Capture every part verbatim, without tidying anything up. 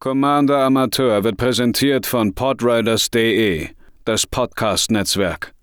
Commander Amateur wird präsentiert von Podriders punkt de, das Podcast-Netzwerk.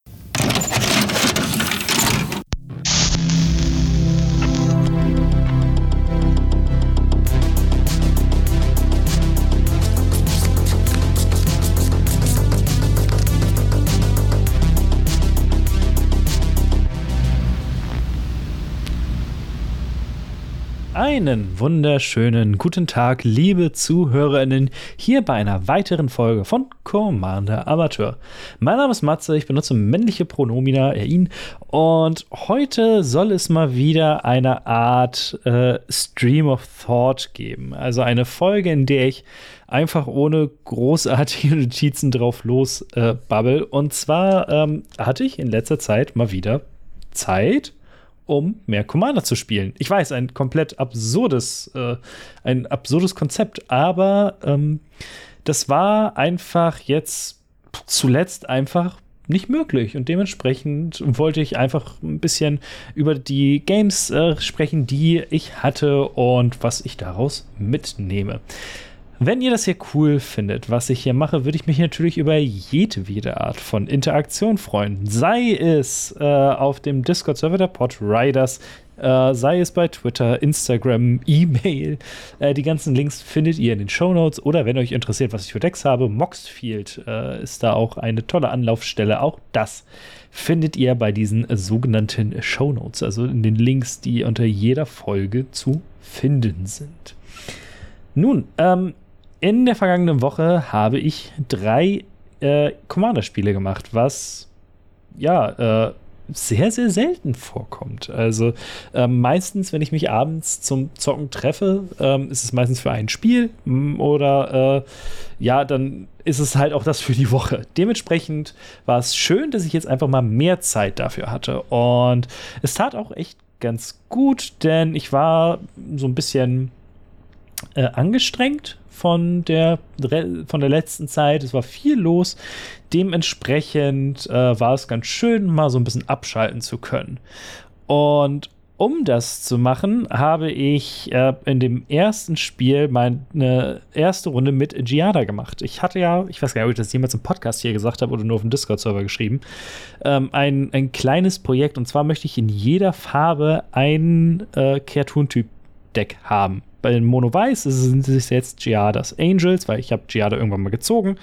Einen wunderschönen guten Tag, liebe ZuhörerInnen, hier bei einer weiteren Folge von Commander Amateur. Mein Name ist Matze, ich benutze männliche Pronomina, er, ihn, und heute soll es mal wieder eine Art äh, Stream of Thought geben. Also eine Folge, in der ich einfach ohne großartige Notizen drauf los äh, babbel. Und zwar ähm, hatte ich in letzter Zeit mal wieder Zeit, um mehr Commander zu spielen. Ich weiß, ein komplett absurdes, äh, ein absurdes Konzept, aber ähm, das war einfach jetzt zuletzt einfach nicht möglich und dementsprechend wollte ich einfach ein bisschen über die Games äh, sprechen, die ich hatte und was ich daraus mitnehme. Wenn ihr das hier cool findet, was ich hier mache, würde ich mich natürlich über jedwede Art von Interaktion freuen. Sei es äh, auf dem Discord-Server der Podriders, äh, sei es bei Twitter, Instagram, E-Mail. Äh, die ganzen Links findet ihr in den Shownotes. Oder wenn euch interessiert, was ich für Decks habe, Moxfield äh, ist da auch eine tolle Anlaufstelle. Auch das findet ihr bei diesen äh, sogenannten Shownotes, also in den Links, die unter jeder Folge zu finden sind. Nun, ähm, in der vergangenen Woche habe ich drei äh, Commander-Spiele gemacht, was ja äh, sehr, sehr selten vorkommt. Also äh, meistens, wenn ich mich abends zum Zocken treffe, äh, ist es meistens für ein Spiel oder äh, ja, dann ist es halt auch das für die Woche. Dementsprechend war es schön, dass ich jetzt einfach mal mehr Zeit dafür hatte. Und es tat auch echt ganz gut, denn ich war so ein bisschen äh, angestrengt von der, von der letzten Zeit. Es war viel los. Dementsprechend äh, war es ganz schön, mal so ein bisschen abschalten zu können. Und um das zu machen, habe ich äh, in dem ersten Spiel meine erste Runde mit Giada gemacht. Ich hatte ja, ich weiß gar nicht, ob ich das jemals im Podcast hier gesagt habe oder nur auf dem Discord-Server geschrieben, ähm, ein, ein kleines Projekt. Und zwar möchte ich in jeder Farbe ein äh, Kreaturentyp-Deck haben. Bei den Mono-Weiß sind es jetzt Giadas Angels, weil ich habe Giada irgendwann mal gezogen.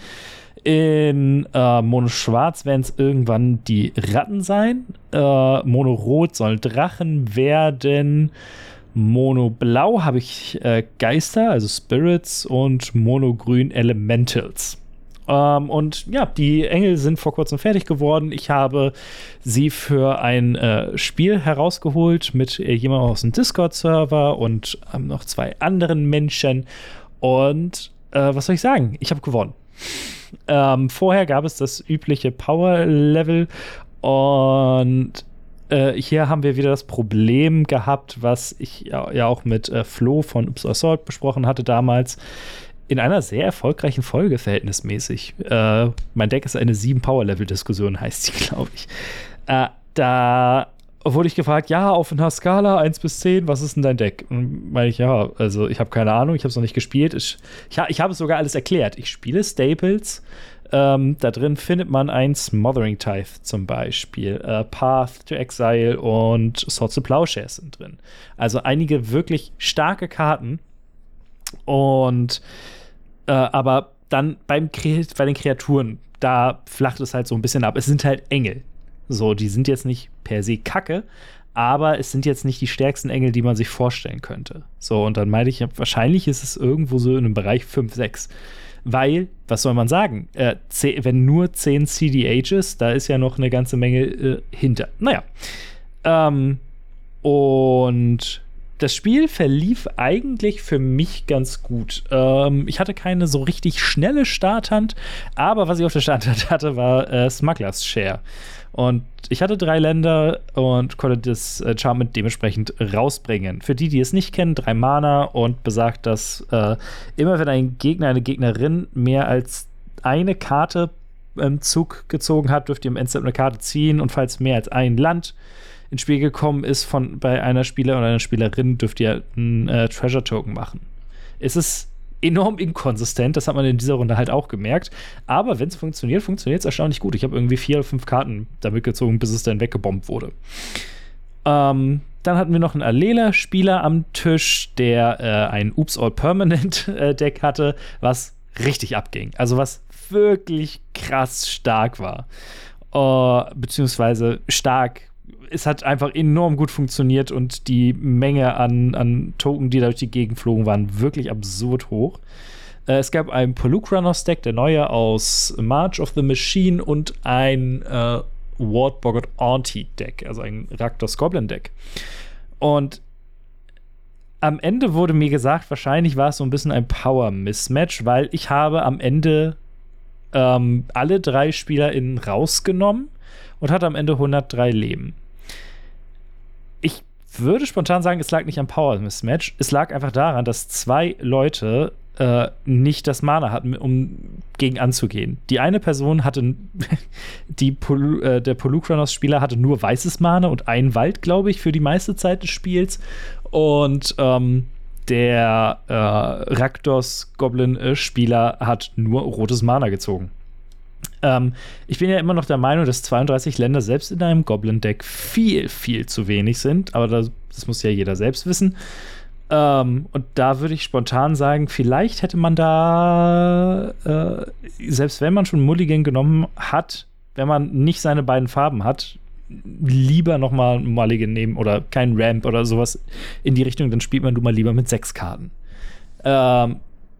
In äh, Mono-Schwarz werden es irgendwann die Ratten sein. Äh, Mono-Rot sollen Drachen werden. Mono-Blau habe ich äh, Geister, also Spirits, und Mono-Grün Elementals. Um, und ja, die Engel sind vor kurzem fertig geworden. Ich habe sie für ein äh, Spiel herausgeholt mit äh, jemandem aus dem Discord-Server und ähm, noch zwei anderen Menschen. Und äh, was soll ich sagen? Ich habe gewonnen. Ähm, vorher gab es das übliche Power-Level und äh, hier haben wir wieder das Problem gehabt, was ich ja, ja auch mit äh, Flo von Ups Assault besprochen hatte damals. In einer sehr erfolgreichen Folge verhältnismäßig. Äh, mein Deck ist eine sieben Power-Level-Diskussion, heißt sie, glaube ich. Äh, da wurde ich gefragt, ja, auf einer Skala eins bis zehn, was ist denn dein Deck? Und meine ich, ja, also ich habe keine Ahnung, ich habe es noch nicht gespielt. Ich, ich, ich habe es sogar alles erklärt. Ich spiele Staples. Ähm, da drin findet man ein Smothering Tithe zum Beispiel. Äh, Path to Exile und Swords to Plowshares sind drin. Also einige wirklich starke Karten. Und Äh, aber dann beim Kre- bei den Kreaturen, da flacht es halt so ein bisschen ab. Es sind halt Engel. So, die sind jetzt nicht per se kacke, aber es sind jetzt nicht die stärksten Engel, die man sich vorstellen könnte. So, und dann meinte ich, wahrscheinlich ist es irgendwo so in einem Bereich fünf, sechs. Weil, was soll man sagen? Äh, zehn, wenn nur zehn C D Hs, da ist ja noch eine ganze Menge äh, hinter. Naja. Ähm, und das Spiel verlief eigentlich für mich ganz gut. Ähm, ich hatte keine so richtig schnelle Starthand, aber was ich auf der Starthand hatte, war äh, Smuggler's Share. Und ich hatte drei Länder und konnte das Enchantment dementsprechend rausbringen. Für die, die es nicht kennen, drei Mana und besagt, dass äh, immer wenn ein Gegner, eine Gegnerin mehr als eine Karte im Zug gezogen hat, dürft ihr im Endstep eine Karte ziehen, und falls mehr als ein Land ins Spiel gekommen ist von bei einer Spieler oder einer Spielerin, dürft ihr einen äh, Treasure Token machen. Es ist enorm inkonsistent. Das hat man in dieser Runde halt auch gemerkt. Aber wenn es funktioniert, funktioniert es erstaunlich gut. Ich habe irgendwie vier oder fünf Karten damit gezogen, bis es dann weggebombt wurde. Ähm, dann hatten wir noch einen Alela-Spieler am Tisch, der äh, ein Oops All Permanent-Deck hatte, was richtig abging. Also was wirklich krass stark war. Uh, beziehungsweise stark. Es hat einfach enorm gut funktioniert und die Menge an, an Token, die da durch die Gegend flogen, waren wirklich absurd hoch. Uh, es gab ein Polukranos-Deck, der neue aus March of the Machine und ein uh, Ward Boggart Auntie-Deck, also ein Rakdos Goblin-Deck. Und am Ende wurde mir gesagt, wahrscheinlich war es so ein bisschen ein Power-Mismatch, weil ich habe am Ende ähm, alle drei SpielerInnen rausgenommen und hatte am Ende hundertdrei Leben. Ich würde spontan sagen, es lag nicht am Power-Mismatch. Es lag einfach daran, dass zwei Leute äh, nicht das Mana hatten, um gegen anzugehen. Die eine Person hatte, die Pol- äh, der Polukranos-Spieler hatte nur weißes Mana und einen Wald, glaube ich, für die meiste Zeit des Spiels. Und ähm, der äh, Rakdos-Goblin-Spieler hat nur rotes Mana gezogen. Ähm, ich bin ja immer noch der Meinung, dass zweiunddreißig Länder selbst in einem Goblin-Deck viel, viel zu wenig sind. Aber das, das muss ja jeder selbst wissen. Ähm, und da würde ich spontan sagen, vielleicht hätte man da, äh, selbst wenn man schon Mulligan genommen hat, wenn man nicht seine beiden Farben hat, lieber noch mal ein Mulligan nehmen oder kein Ramp oder sowas in die Richtung, dann spielt man du mal lieber mit sechs Karten. Ähm,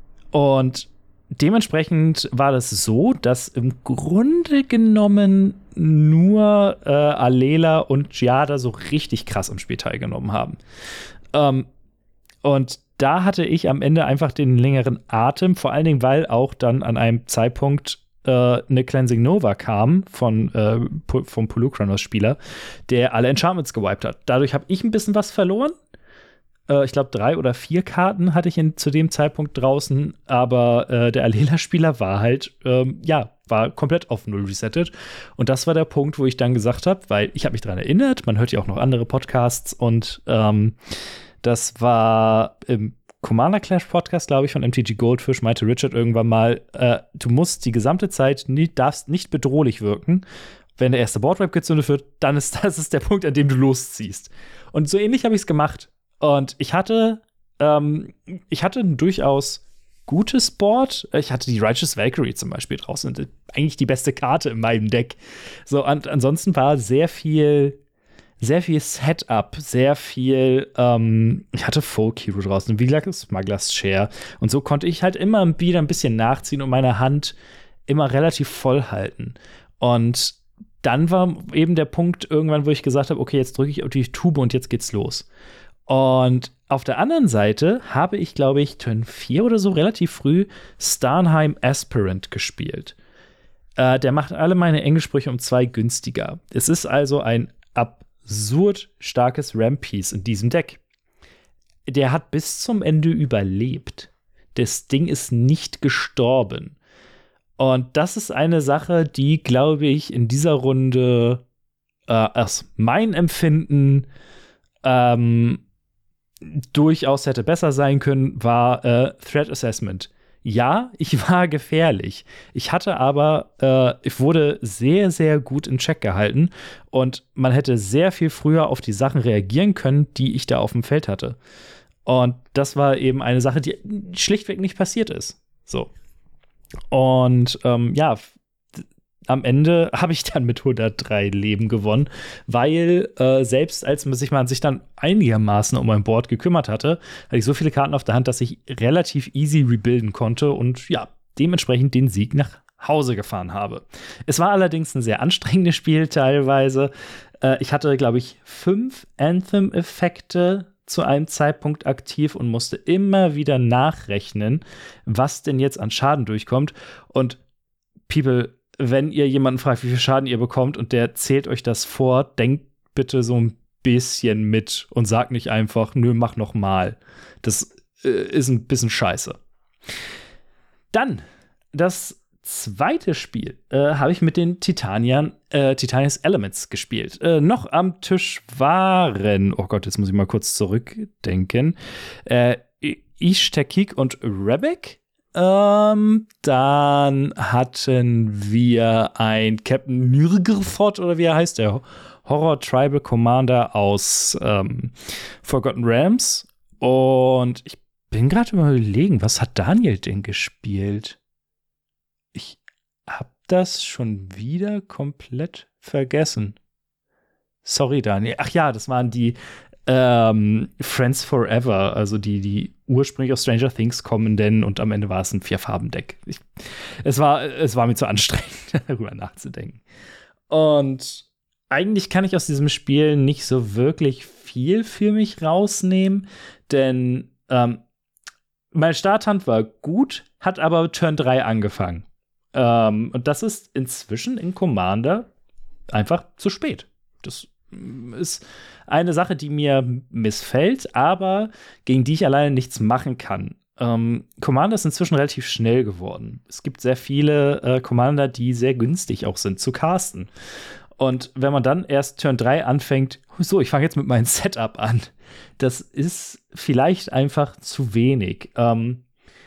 und dementsprechend war das so, dass im Grunde genommen nur äh, Alela und Giada so richtig krass am Spiel teilgenommen haben. Ähm, und da hatte ich am Ende einfach den längeren Atem, vor allen Dingen, weil auch dann an einem Zeitpunkt eine Cleansing Nova kam von, äh, vom Polukranos-Spieler, der alle Enchantments gewiped hat. Dadurch habe ich ein bisschen was verloren. Äh, ich glaube, drei oder vier Karten hatte ich in, zu dem Zeitpunkt draußen, aber äh, der Alela-Spieler war halt, ähm, ja, war komplett auf Null resettet. Und das war der Punkt, wo ich dann gesagt habe, weil ich habe mich daran erinnert, man hört ja auch noch andere Podcasts und ähm, das war im Commander Clash Podcast, glaube ich, von M T G Goldfish, meinte Richard irgendwann mal, äh, du musst die gesamte Zeit, nie, darfst nicht bedrohlich wirken. Wenn der erste Boardwipe gezündet wird, dann ist das ist der Punkt, an dem du losziehst. Und so ähnlich habe ich es gemacht. Und ich hatte, ähm, ich hatte ein durchaus gutes Board. Ich hatte die Righteous Valkyrie zum Beispiel draußen. Eigentlich die beste Karte in meinem Deck. So, und ansonsten war sehr viel Sehr viel Setup, sehr viel, ähm, ich hatte Folk Hero draußen, wie gesagt, Smuggler's Share. Und so konnte ich halt immer wieder ein bisschen nachziehen und meine Hand immer relativ voll halten. Und dann war eben der Punkt irgendwann, wo ich gesagt habe, okay, jetzt drücke ich auf die Tube und jetzt geht's los. Und auf der anderen Seite habe ich, glaube ich, Turn vier oder so relativ früh Starnheim Aspirant gespielt. Äh, der macht alle meine Englischsprüche um zwei günstiger. Es ist also ein ab absurd starkes Ramp-Piece in diesem Deck. Der hat bis zum Ende überlebt. Das Ding ist nicht gestorben. Und das ist eine Sache, die, glaube ich, in dieser Runde äh, aus meinem Empfinden ähm, durchaus hätte besser sein können, war äh, Threat Assessment. Ja, ich war gefährlich. Ich hatte aber, äh, ich wurde sehr, sehr gut in Check gehalten und man hätte sehr viel früher auf die Sachen reagieren können, die ich da auf dem Feld hatte. Und das war eben eine Sache, die schlichtweg nicht passiert ist. So. Und ähm, ja, am Ende habe ich dann mit hundertdrei Leben gewonnen, weil äh, selbst als man sich, man sich dann einigermaßen um mein Board gekümmert hatte, hatte ich so viele Karten auf der Hand, dass ich relativ easy rebuilden konnte und ja, dementsprechend den Sieg nach Hause gefahren habe. Es war allerdings ein sehr anstrengendes Spiel teilweise. Äh, ich hatte, glaube ich, fünf Anthem-Effekte zu einem Zeitpunkt aktiv und musste immer wieder nachrechnen, was denn jetzt an Schaden durchkommt. Und People, wenn ihr jemanden fragt, wie viel Schaden ihr bekommt und der zählt euch das vor, denkt bitte so ein bisschen mit und sagt nicht einfach, nö, mach noch mal. Das äh, ist ein bisschen scheiße. Dann das zweite Spiel äh, habe ich mit den Titanian, äh, Titanias Elements gespielt. Äh, noch am Tisch waren, oh Gott, jetzt muss ich mal kurz zurückdenken, äh, Ishtekik und Rebek. Ähm, dann hatten wir ein Captain Nirgerford, oder wie er heißt, der Horror Tribal Commander aus ähm, Forgotten Realms. Und ich bin gerade überlegen, was hat Daniel denn gespielt? Ich hab das schon wieder komplett vergessen. Sorry, Daniel. Ach ja, das waren die ähm, Friends Forever, also die, die ursprünglich aus Stranger Things kommenden, und am Ende war es ein Vier-Farben-Deck. Ich, es, war, es war mir zu anstrengend, darüber nachzudenken. Und eigentlich kann ich aus diesem Spiel nicht so wirklich viel für mich rausnehmen, denn ähm, meine Starthand war gut, hat aber Turn drei angefangen. Ähm, und das ist inzwischen in Commander einfach zu spät. Das ist eine Sache, die mir missfällt, aber gegen die ich alleine nichts machen kann. Ähm, Commander ist inzwischen relativ schnell geworden. Es gibt sehr viele äh, Commander, die sehr günstig auch sind zu casten. Und wenn man dann erst Turn drei anfängt, so, ich fange jetzt mit meinem Setup an, das ist vielleicht einfach zu wenig. Ähm,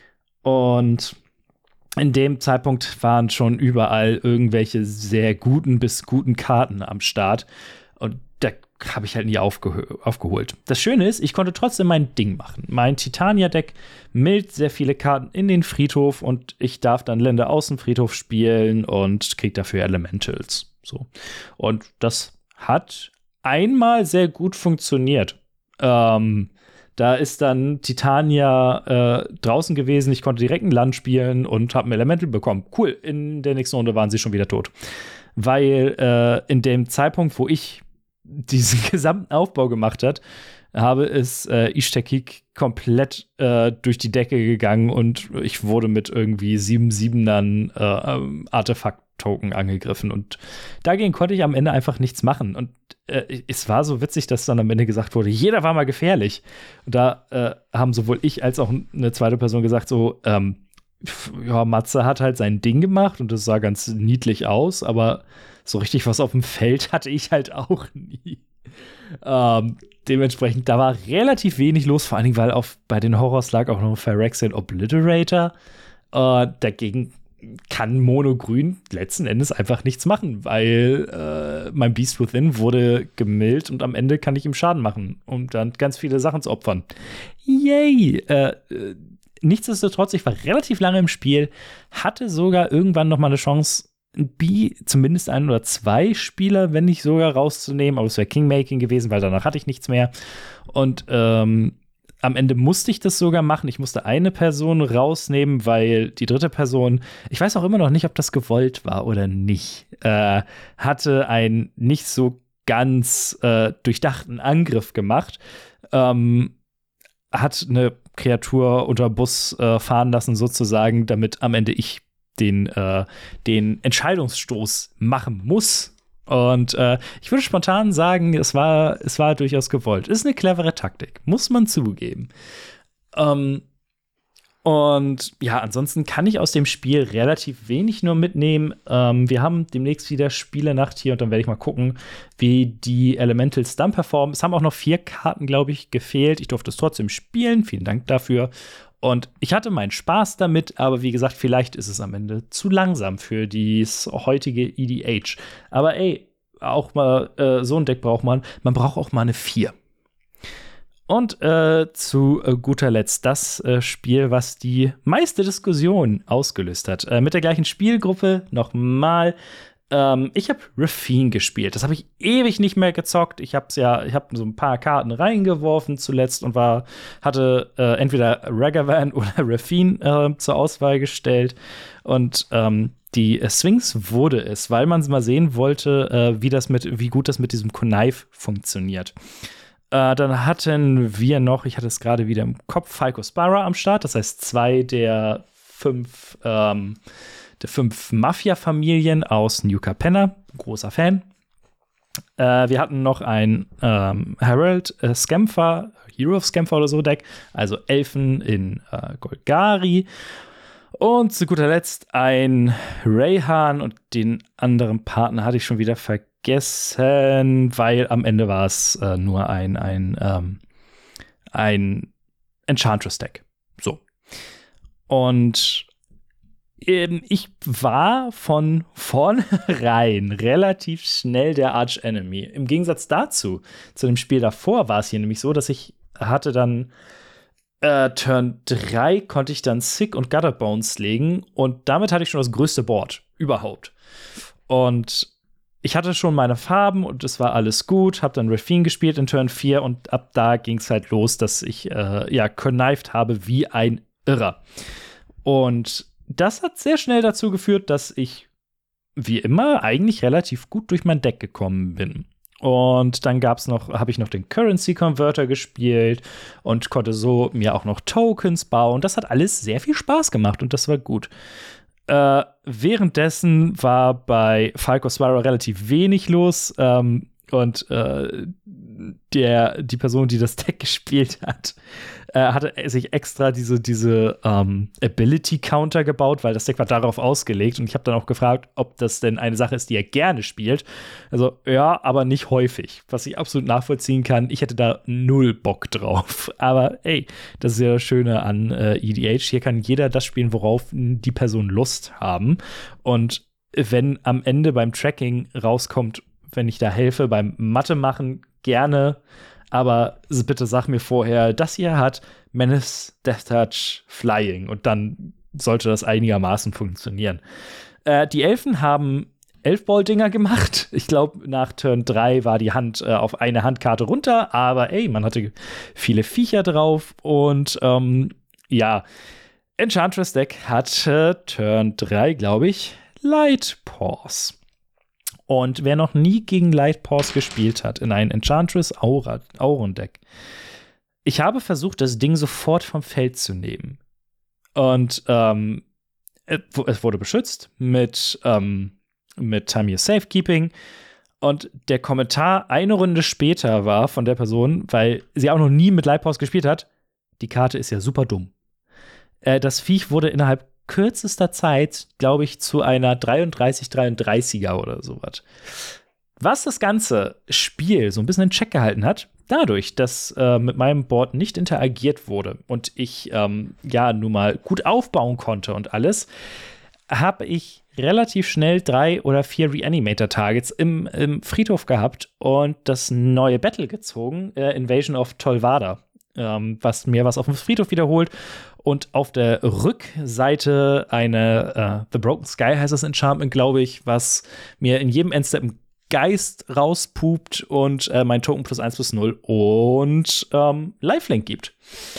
und in dem Zeitpunkt waren schon überall irgendwelche sehr guten bis guten Karten am Start. Und da habe ich halt nie aufgeh- aufgeholt. Das Schöne ist, ich konnte trotzdem mein Ding machen. Mein Titania-Deck mildt sehr viele Karten in den Friedhof und ich darf dann Länder aus dem Friedhof spielen und kriege dafür Elementals. So. Und das hat einmal sehr gut funktioniert. Ähm, da ist dann Titania äh, draußen gewesen. Ich konnte direkt ein Land spielen und habe ein Elemental bekommen. Cool, in der nächsten Runde waren sie schon wieder tot. Weil äh, in dem Zeitpunkt, wo ich diesen gesamten Aufbau gemacht hat, habe es äh, Ishtekik komplett äh, durch die Decke gegangen und ich wurde mit irgendwie sieben Siebenern äh, Artefakt-Token angegriffen. Und dagegen konnte ich am Ende einfach nichts machen. Und äh, es war so witzig, dass dann am Ende gesagt wurde, jeder war mal gefährlich. Und da äh, haben sowohl ich als auch eine zweite Person gesagt, so, ähm, ja, Matze hat halt sein Ding gemacht und das sah ganz niedlich aus, aber so richtig was auf dem Feld hatte ich halt auch nie. Ähm, dementsprechend, da war relativ wenig los, vor allen Dingen, weil auf, bei den Horrors lag auch noch Phyrexian Obliterator. Äh, dagegen kann Mono-Grün letzten Endes einfach nichts machen, weil äh, mein Beast Within wurde gemillt und am Ende kann ich ihm Schaden machen, um dann ganz viele Sachen zu opfern. Yay! Äh, nichtsdestotrotz, ich war relativ lange im Spiel, hatte sogar irgendwann noch mal eine Chance, B, zumindest ein oder zwei Spieler, wenn nicht sogar, rauszunehmen. Aber es wäre Kingmaking gewesen, weil danach hatte ich nichts mehr. Und ähm, am Ende musste ich das sogar machen. Ich musste eine Person rausnehmen, weil die dritte Person, ich weiß auch immer noch nicht, ob das gewollt war oder nicht, äh, hatte einen nicht so ganz äh, durchdachten Angriff gemacht. Ähm, hat eine Kreatur unter Bus äh, fahren lassen, sozusagen, damit am Ende ich den, äh, den Entscheidungsstoß machen muss. Und äh, ich würde spontan sagen, es war, es war durchaus gewollt. Ist eine clevere Taktik, muss man zugeben. Ähm, und ja, ansonsten kann ich aus dem Spiel relativ wenig nur mitnehmen. Ähm, wir haben demnächst wieder Spielenacht hier und dann werde ich mal gucken, wie die Elementals dann performen. Es haben auch noch vier Karten, glaube ich, gefehlt. Ich durfte es trotzdem spielen. Vielen Dank dafür. Und ich hatte meinen Spaß damit, aber wie gesagt, vielleicht ist es am Ende zu langsam für das heutige E D H. Aber ey, auch mal äh, so ein Deck braucht man. Man braucht auch mal eine vier. Und äh, zu äh, guter Letzt das äh, Spiel, was die meiste Diskussion ausgelöst hat. Äh, mit der gleichen Spielgruppe nochmal. Ähm, ich habe Raffine gespielt. Das habe ich ewig nicht mehr gezockt. Ich habe ja, ich habe so ein paar Karten reingeworfen zuletzt und war, hatte äh, entweder Ragavan oder Raffine äh, zur Auswahl gestellt. Und ähm, die äh, Sphinx wurde es, weil man mal sehen wollte, äh, wie das mit, wie gut das mit diesem Connive funktioniert. Äh, dann hatten wir noch, ich hatte es gerade wieder im Kopf, Falco Spara am Start. Das heißt, zwei der fünf ähm, der fünf Mafia-Familien aus New Capenna. Großer Fan. Äh, wir hatten noch ein ähm, Herald äh, Scamper, Hero of Scamper oder so Deck, also Elfen in äh, Golgari. Und zu guter Letzt ein Rayhan und den anderen Partner hatte ich schon wieder vergessen, weil am Ende war es äh, nur ein, ein, ähm, ein Enchantress-Deck. So. Und ähm, ich war von vornherein relativ schnell der Arch-Enemy. Im Gegensatz dazu, zu dem Spiel davor, war es hier nämlich so, dass ich hatte dann äh, Turn drei konnte ich dann Sick und Gutter Bones legen und damit hatte ich schon das größte Board überhaupt. Und ich hatte schon meine Farben und es war alles gut, hab dann Raffine gespielt in Turn vier und ab da ging es halt los, dass ich äh, ja connived habe wie ein Irrer. Und das hat sehr schnell dazu geführt, dass ich wie immer eigentlich relativ gut durch mein Deck gekommen bin. Und dann gab's noch, habe ich noch den Currency Converter gespielt und konnte so mir auch noch Tokens bauen. Das hat alles sehr viel Spaß gemacht und das war gut. Äh, währenddessen war bei Falco Spyro relativ wenig los. Ähm, und äh, der, die Person, die das Deck gespielt hat, äh, hatte sich extra diese, diese ähm, Ability-Counter gebaut, weil das Deck war darauf ausgelegt. Und ich habe dann auch gefragt, ob das denn eine Sache ist, die er gerne spielt. Also, ja, aber nicht häufig. Was ich absolut nachvollziehen kann. Ich hätte da null Bock drauf. Aber ey, das ist ja das Schöne an äh, E D H. Hier kann jeder das spielen, worauf die Person Lust haben. Und wenn am Ende beim Tracking rauskommt, wenn ich da helfe beim Mathe machen, gerne. Aber bitte sag mir vorher, das hier hat Menace, Death Touch, Flying. Und dann sollte das einigermaßen funktionieren. Äh, die Elfen haben Elfball-Dinger gemacht. Ich glaube, nach Turn drei war die Hand äh, auf eine Handkarte runter. Aber ey, man hatte viele Viecher drauf. Und ähm, ja, Enchantress Deck hatte Turn drei, glaube ich, Light Pause. Und wer noch nie gegen Light Pause gespielt hat, in ein Enchantress Aura, Aurendeck, ich habe versucht, das Ding sofort vom Feld zu nehmen. Und ähm, es wurde beschützt mit, ähm, mit Time Your Safekeeping. Und der Kommentar eine Runde später war von der Person, weil sie auch noch nie mit Light Pause gespielt hat, die Karte ist ja super dumm. Äh, das Viech wurde innerhalb kürzester Zeit, glaube ich, zu einer dreiunddreißig dreiunddreißiger oder sowas. Was das ganze Spiel so ein bisschen in Check gehalten hat, dadurch, dass äh, mit meinem Board nicht interagiert wurde und ich ähm, ja nun mal gut aufbauen konnte und alles, habe ich relativ schnell drei oder vier Reanimator-Targets im, im Friedhof gehabt und das neue Battle gezogen, äh, Invasion of Tolvada, ähm, was mir was auf dem Friedhof wiederholt. Und auf der Rückseite eine äh, The Broken Sky heißt das Enchantment, glaube ich, was mir in jedem Endstep einen Geist rauspupt und äh, mein Token plus eins plus null und ähm, Lifelink gibt.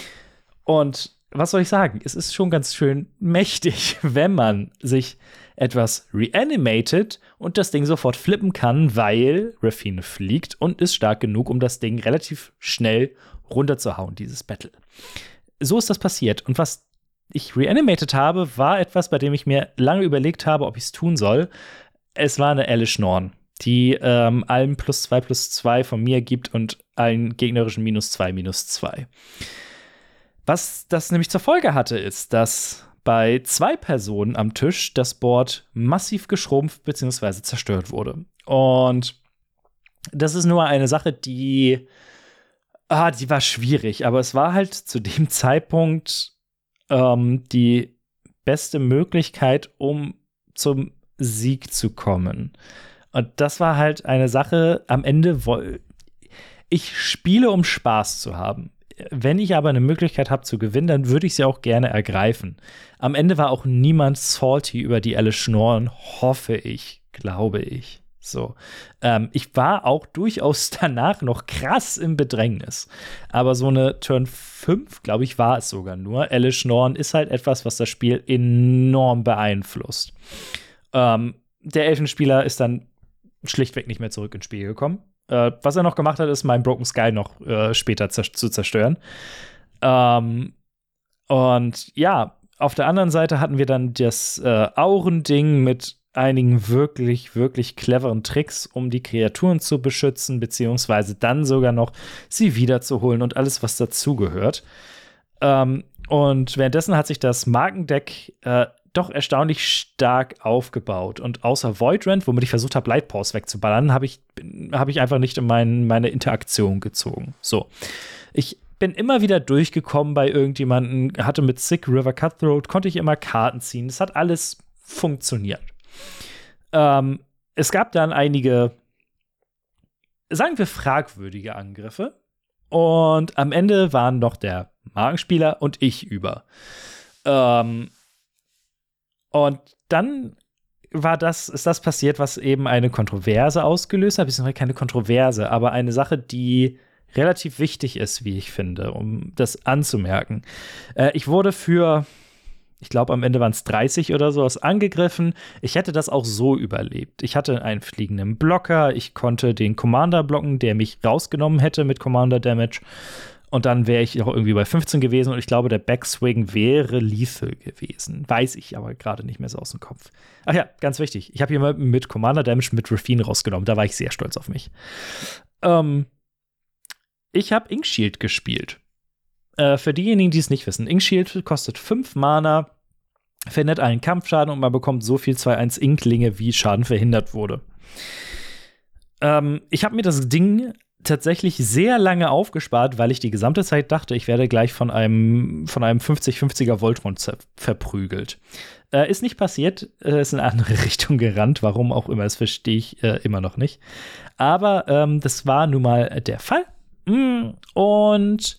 Und was soll ich sagen? Es ist schon ganz schön mächtig, wenn man sich etwas reanimated und das Ding sofort flippen kann, weil Raffine fliegt und ist stark genug, um das Ding relativ schnell runterzuhauen, dieses Battle. So ist das passiert. Und was ich reanimated habe, war etwas, bei dem ich mir lange überlegt habe, ob ich es tun soll. Es war eine Elish Norn, die ähm, allen plus zwei plus zwei von mir gibt und allen gegnerischen minus zwei minus zwei. Was das nämlich zur Folge hatte, ist, dass bei zwei Personen am Tisch das Board massiv geschrumpft bzw. zerstört wurde. Und das ist nur eine Sache, die Ah, die war schwierig, aber es war halt zu dem Zeitpunkt ähm, die beste Möglichkeit, um zum Sieg zu kommen. Und das war halt eine Sache, am Ende, woll- ich spiele, um Spaß zu haben. Wenn ich aber eine Möglichkeit habe zu gewinnen, dann würde ich sie auch gerne ergreifen. Am Ende war auch niemand salty über die Elish Norn, hoffe ich, glaube ich. So. Ähm, ich war auch durchaus danach noch krass im Bedrängnis. Aber so eine Turn fünf, glaube ich, war es sogar nur. Elish Norn ist halt etwas, was das Spiel enorm beeinflusst. Ähm, der Elfenspieler ist dann schlichtweg nicht mehr zurück ins Spiel gekommen. Äh, was er noch gemacht hat, ist, mein Broken Sky noch äh, später zer- zu zerstören. Ähm, und ja, auf der anderen Seite hatten wir dann das äh, Aurending mit einigen wirklich, wirklich cleveren Tricks, um die Kreaturen zu beschützen, beziehungsweise dann sogar noch sie wiederzuholen und alles, was dazugehört. Ähm, und währenddessen hat sich das Markendeck äh, doch erstaunlich stark aufgebaut. Und außer Voidrand, womit ich versucht habe, Light Pause wegzuballern, habe ich, hab ich einfach nicht in mein, meine Interaktion gezogen. So. Ich bin immer wieder durchgekommen bei irgendjemanden, hatte mit Sick River Cutthroat, konnte ich immer Karten ziehen. Das hat alles funktioniert. Ähm, es gab dann einige, sagen wir, fragwürdige Angriffe. Und am Ende waren noch der Magenspieler und ich über. Ähm, und dann war das, ist das passiert, was eben eine Kontroverse ausgelöst hat. Beziehungsweise keine Kontroverse, aber eine Sache, die relativ wichtig ist, wie ich finde, um das anzumerken. Äh, ich wurde für, ich glaube, am Ende waren es dreißig oder sowas angegriffen. Ich hätte das auch so überlebt. Ich hatte einen fliegenden Blocker. Ich konnte den Commander blocken, der mich rausgenommen hätte mit Commander Damage. Und dann wäre ich auch irgendwie bei fünfzehn gewesen und ich glaube, der Backswing wäre lethal gewesen. Weiß ich aber gerade nicht mehr so aus dem Kopf. Ach ja, ganz wichtig. Ich habe jemanden mit Commander Damage mit Raffine rausgenommen. Da war ich sehr stolz auf mich. Ähm, ich habe Inkshield gespielt. Äh, für diejenigen, die es nicht wissen. Inkshield kostet fünf Mana, verhindert einen Kampfschaden und man bekommt so viel zwei eins Inklinge, wie Schaden verhindert wurde. Ähm, ich habe mir das Ding tatsächlich sehr lange aufgespart, weil ich die gesamte Zeit dachte, ich werde gleich von einem, von einem fünfzig fünfziger Voltron verprügelt. Äh, ist nicht passiert, äh, ist in eine andere Richtung gerannt, warum auch immer, das verstehe ich äh, immer noch nicht. Aber ähm, das war nun mal der Fall. Mm, und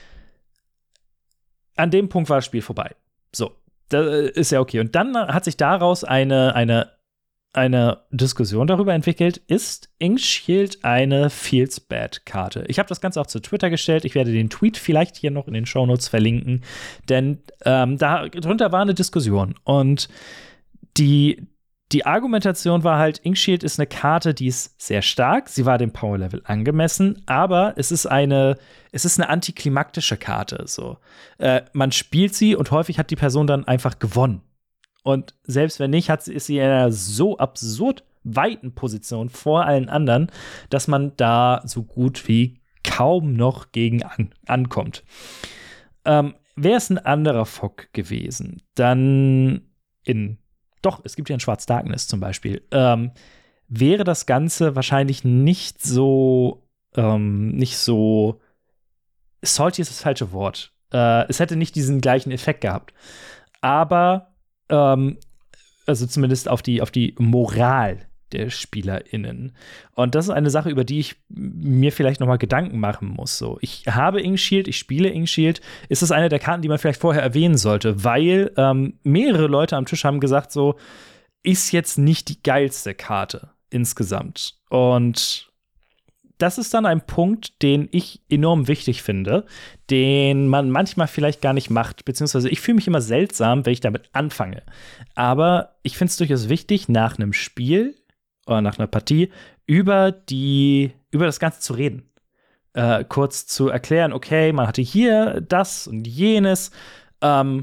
an dem Punkt war das Spiel vorbei. So, das ist ja okay. Und dann hat sich daraus eine, eine eine Diskussion darüber entwickelt, ist Inkshield eine Feels Bad-Karte? Ich habe das Ganze auch zu Twitter gestellt. Ich werde den Tweet vielleicht hier noch in den Shownotes verlinken, denn ähm, darunter war eine Diskussion. Und die, die Argumentation war halt, Inkshield ist eine Karte, die ist sehr stark. Sie war dem Power-Level angemessen, aber es ist eine, es ist eine antiklimaktische Karte. So. Äh, man spielt sie und häufig hat die Person dann einfach gewonnen. Und selbst wenn nicht, hat sie, ist sie in einer so absurd weiten Position vor allen anderen, dass man da so gut wie kaum noch gegen an, ankommt. Ähm, Wäre es ein anderer F O C gewesen, dann in, doch, es gibt ja in Schwarz Darkness zum Beispiel, ähm, wäre das Ganze wahrscheinlich nicht so, ähm, nicht so, salty ist das falsche Wort. Äh, es hätte nicht diesen gleichen Effekt gehabt. Aber Ähm, also zumindest auf die, auf die Moral der SpielerInnen. Und das ist eine Sache, über die ich mir vielleicht noch mal Gedanken machen muss. So, ich habe Inkshield, ich spiele Inkshield. Ist es eine der Karten, die man vielleicht vorher erwähnen sollte? Weil ähm, mehrere Leute am Tisch haben gesagt, so, ist jetzt nicht die geilste Karte insgesamt. Und das ist dann ein Punkt, den ich enorm wichtig finde, den man manchmal vielleicht gar nicht macht, beziehungsweise ich fühle mich immer seltsam, wenn ich damit anfange. Aber ich finde es durchaus wichtig, nach einem Spiel oder nach einer Partie über die, über das Ganze zu reden. Äh, kurz zu erklären, okay, man hatte hier das und jenes. Ähm,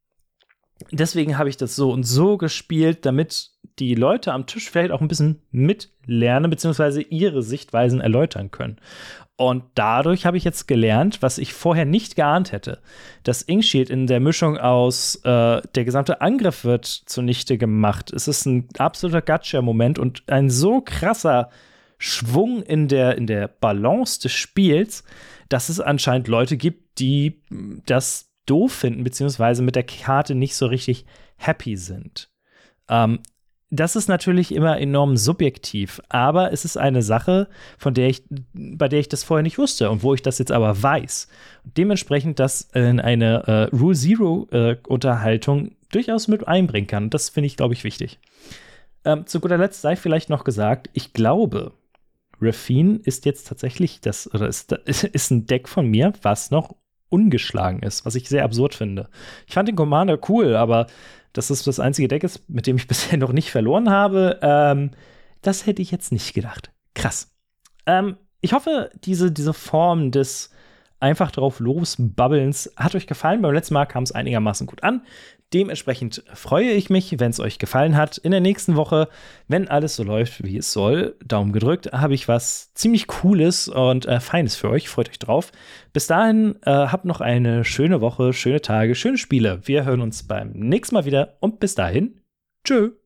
deswegen habe ich das so und so gespielt, damit die Leute am Tisch vielleicht auch ein bisschen mitlernen, beziehungsweise ihre Sichtweisen erläutern können. Und dadurch habe ich jetzt gelernt, was ich vorher nicht geahnt hätte, dass Inkshield in der Mischung aus äh, der gesamte Angriff wird zunichte gemacht. Es ist ein absoluter Gacha-Moment und ein so krasser Schwung in der, in der Balance des Spiels, dass es anscheinend Leute gibt, die das doof finden, beziehungsweise mit der Karte nicht so richtig happy sind. Ähm, Das ist natürlich immer enorm subjektiv, aber es ist eine Sache, von der ich, bei der ich das vorher nicht wusste und wo ich das jetzt aber weiß. Und dementsprechend das in eine äh, Rule Zero äh, Unterhaltung durchaus mit einbringen kann. Das finde ich, glaube ich, wichtig. Ähm, zu guter Letzt sei vielleicht noch gesagt, ich glaube, Raffine ist jetzt tatsächlich das, oder ist, ist ein Deck von mir, was noch ungeschlagen ist, was ich sehr absurd finde. Ich fand den Commander cool, aber dass das das einzige Deck ist, mit dem ich bisher noch nicht verloren habe, ähm, das hätte ich jetzt nicht gedacht. Krass. Ähm, ich hoffe, diese, diese Form des einfach drauf losbabbelns hat euch gefallen. Beim letzten Mal kam es einigermaßen gut an. Dementsprechend freue ich mich, wenn es euch gefallen hat. In der nächsten Woche, wenn alles so läuft, wie es soll, Daumen gedrückt, habe ich was ziemlich Cooles und äh, Feines für euch. Freut euch drauf. Bis dahin, äh, habt noch eine schöne Woche, schöne Tage, schöne Spiele. Wir hören uns beim nächsten Mal wieder und bis dahin, tschö.